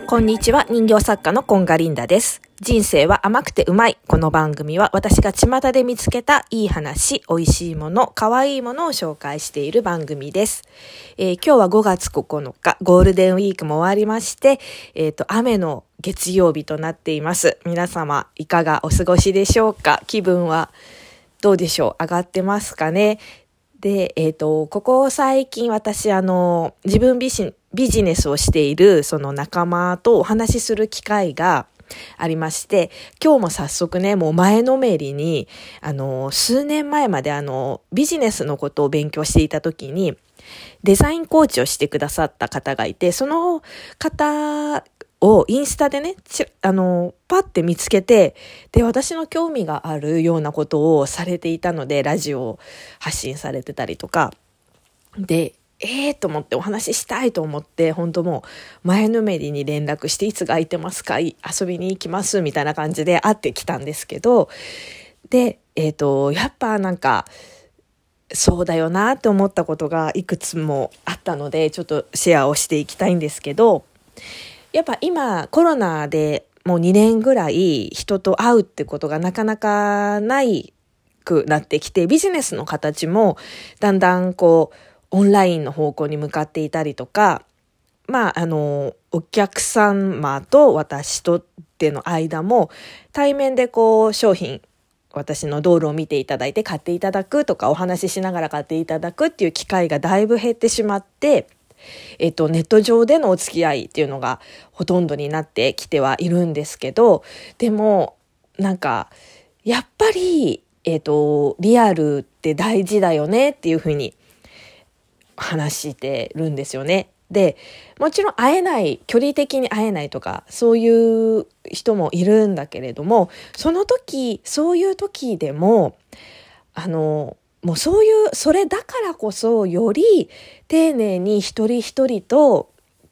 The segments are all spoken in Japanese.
こんにちは、人形作家のコンガリンダです。人生は甘くてうまい。この番組は私が巷で見つけたいい話、美味しいもの、可愛いものを紹介している番組です。今日は5月9日、ゴールデンウィークも終わりまして、雨の月曜日となっています。皆様、いかがお過ごしでしょうか？気分はどうでしょう？上がってますかね？で、ここ最近私自分ビジネスをしているその仲間とお話しする機会がありまして、今日も早速ね、もう前のめりに、数年前までビジネスのことを勉強していた時に、デザインコーチをしてくださった方がいて、その方をインスタでね、パッて見つけて、で、私の興味があるようなことをされていたので、ラジオを発信されてたりとか、で、と思ってお話ししたいと思って、本当もう前のめりに連絡して、いつ空いてますか？遊びに行きますみたいな感じで会ってきたんですけど、で、やっぱなんか、そうだよなって思ったことがいくつもあったので、ちょっとシェアをしていきたいんですけど、やっぱ今コロナでもう2年ぐらい人と会うってことがなかなかないくなってきて、ビジネスの形もだんだんオンラインの方向に向かっていたりとか、お客様と私とっての間も対面で商品、私の道路を見ていただいて買っていただくとか、お話ししながら買っていただくっていう機会がだいぶ減ってしまって、ネット上でのお付き合いっていうのがほとんどになってきてはいるんですけど、でもなんかやっぱりリアルって大事だよねっていうふうに話してるんですよね。で、もちろん会えない、距離的に会えないとか、そういう人もいるんだけれども、そういう時でも、もうそれだからこそ、より丁寧に一人一人と、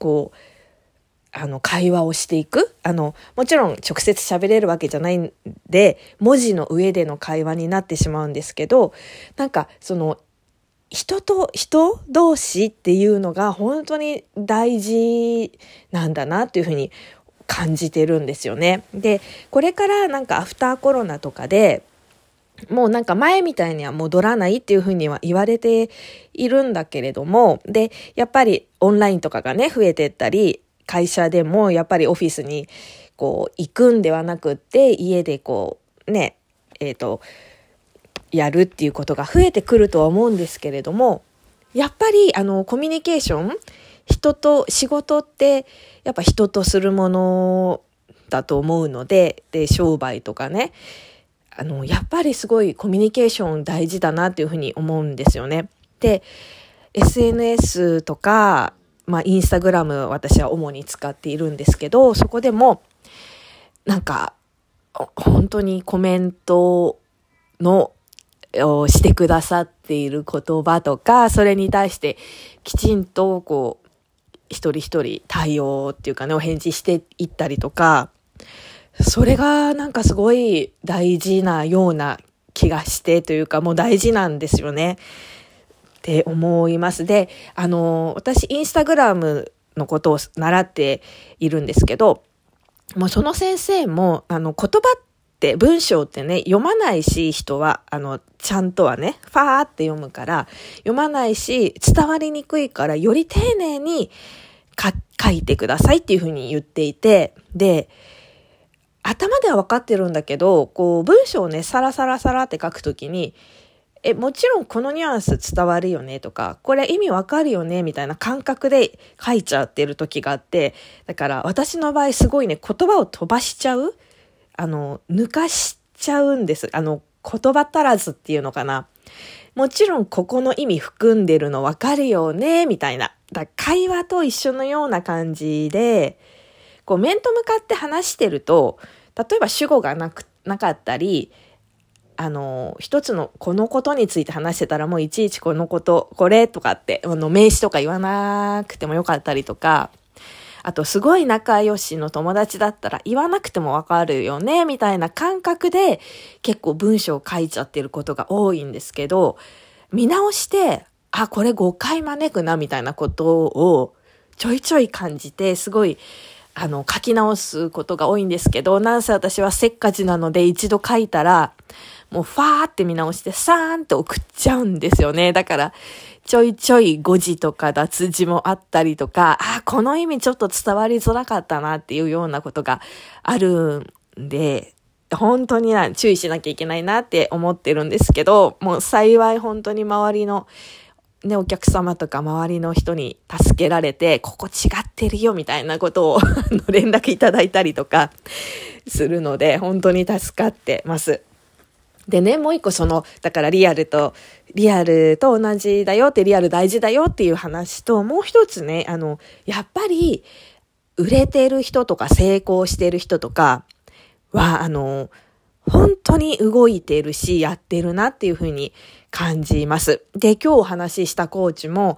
会話をしていく。もちろん直接喋れるわけじゃないんで、文字の上での会話になってしまうんですけど、なんか人と人同士っていうのが本当に大事なんだなっていうふうに感じてるんですよね。で、これからなんかアフターコロナとかでもうなんか前みたいには戻らないっていうふうには言われているんだけれども、で、やっぱりオンラインとかがね、増えてったり、会社でもやっぱりオフィスに行くんではなくって、家でやるっていうことが増えてくるとは思うんですけれども、やっぱりコミュニケーション、仕事ってやっぱ人とするものだと思うので、商売とかね、やっぱりすごいコミュニケーション大事だなっていうふうに思うんですよね。で、SNS とか、インスタグラム私は主に使っているんですけど、そこでもなんか本当にコメントをしてくださっている言葉とか、それに対してきちんと一人一人対応っていうかね、お返事していったりとか、それがなんかすごい大事なような気がしてというか、もう大事なんですよねって思います。で、私インスタグラムのことを習っているんですけど、もうその先生も言葉って文章ってね、読まないし、人はちゃんとはね、ファーって読むから読まないし、伝わりにくいから、より丁寧に書いてくださいっていうふうに言っていて、で、頭では分かってるんだけど、文章をね、サラサラサラって書くときに、もちろんこのニュアンス伝わるよねとか、これ意味わかるよねみたいな感覚で書いちゃってる時があって、だから私の場合すごいね、言葉を飛ばしちゃう、抜かしちゃうんです。言葉足らずっていうのかな。もちろんここの意味含んでるのわかるよねみたいな。だ会話と一緒のような感じで、面と向かって話してると、例えば主語がなかったり、一つのこのことについて話してたら、もういちいちこのこと、これとかって、名詞とか言わなくてもよかったりとか、あとすごい仲良しの友達だったら言わなくてもわかるよね、みたいな感覚で結構文章を書いちゃってることが多いんですけど、見直して、これ誤解招くな、みたいなことをちょいちょい感じて、すごい書き直すことが多いんですけど、なんせ私はせっかちなので一度書いたら、もうファーって見直してサーンって送っちゃうんですよね。だから、ちょいちょい誤字とか脱字もあったりとか、この意味ちょっと伝わりづらかったなっていうようなことがあるんで、本当に注意しなきゃいけないなって思ってるんですけど、もう幸い本当に周りのね、お客様とか周りの人に助けられて、ここ違ってるよみたいなことを連絡いただいたりとかするので、本当に助かってます。でね、もう一個だからリアルと同じだよって、リアル大事だよっていう話と、もう一つね、やっぱり、売れてる人とか成功してる人とかは、本当に動いてるし、やってるなっていうふうに感じます。で、今日お話ししたコーチも、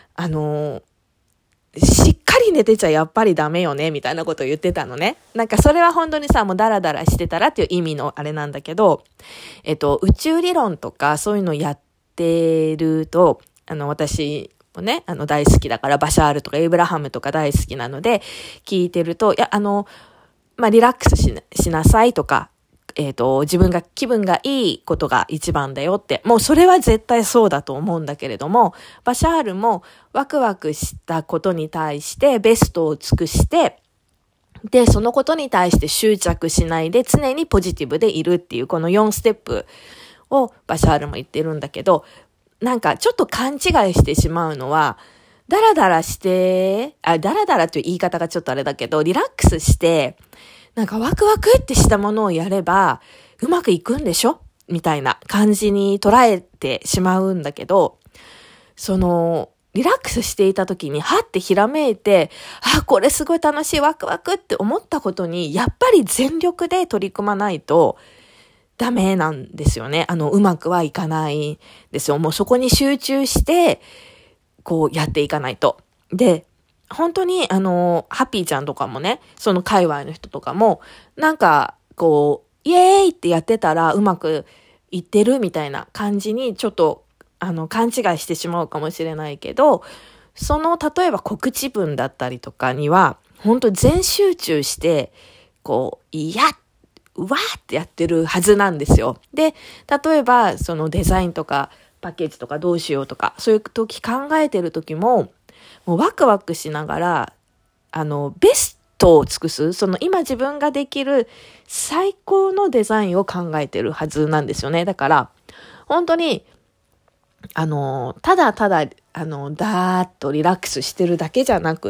しっかり寝てちゃやっぱりダメよね、みたいなことを言ってたのね。なんかそれは本当にさ、もうダラダラしてたらっていう意味のあれなんだけど、宇宙理論とかそういうのやってると、私もね、大好きだから、バシャールとかエイブラハムとか大好きなので、聞いてると、リラックスしなさいとか、自分が気分がいいことが一番だよって、もうそれは絶対そうだと思うんだけれども、バシャールもワクワクしたことに対してベストを尽くして、で、そのことに対して執着しないで常にポジティブでいるっていうこの4ステップをバシャールも言ってるんだけど、なんかちょっと勘違いしてしまうのは、ダラダラっていう言い方がちょっとあれだけど、リラックスして、なんかワクワクってしたものをやればうまくいくんでしょみたいな感じに捉えてしまうんだけど、リラックスしていた時にはってひらめいて、これすごい楽しいワクワクって思ったことにやっぱり全力で取り組まないとダメなんですよね。うまくはいかないんですよ。もうそこに集中してこうやっていかないと。で、本当にハッピーちゃんとかもね、その界隈の人とかも、なんかこう、イエーイってやってたらうまくいってるみたいな感じにちょっと勘違いしてしまうかもしれないけど、例えば告知文だったりとかには、本当全集中して、こう、うわーってやってるはずなんですよ。で、例えばデザインとかパッケージとかどうしようとか、そういう時考えてる時も、もうワクワクしながら、ベストを尽くす、今自分ができる最高のデザインを考えてるはずなんですよね。だから、本当に、ただただ、だーっとリラックスしてるだけじゃなくって、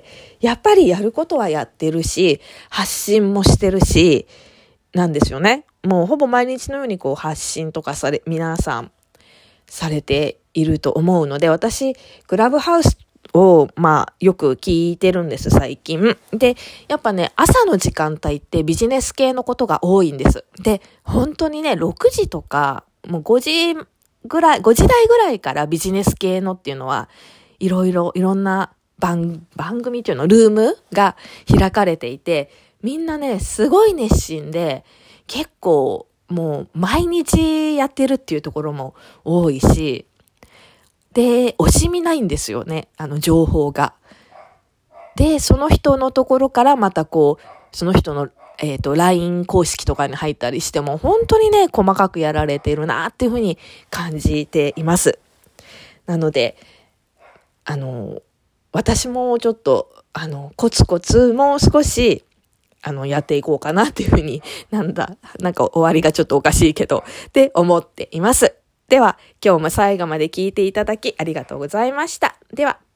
やっぱりやることはやってるし、発信もしてるし、なんですよね。もうほぼ毎日のようにこう発信とか皆さんされていると思うので、私、クラブハウスを、よく聞いてるんです、最近。で、やっぱね、朝の時間帯ってビジネス系のことが多いんです。で、本当にね、6時とか、もう5時台ぐらいからビジネス系のっていうのは、いろんな番組っていうの、ルームが開かれていて、みんなね、すごい熱心で、結構、もう毎日やってるっていうところも多いし、で、惜しみないんですよね、情報が。で、その人のところからまたこう、その人の、LINE 公式とかに入ったりしても、本当にね、細かくやられてるなっていうふうに感じています。なので、私もちょっと、コツコツもう少し、やっていこうかなっていうふうに、なんか終わりがちょっとおかしいけど、って思っています。では、今日も最後まで聞いていただきありがとうございました。では。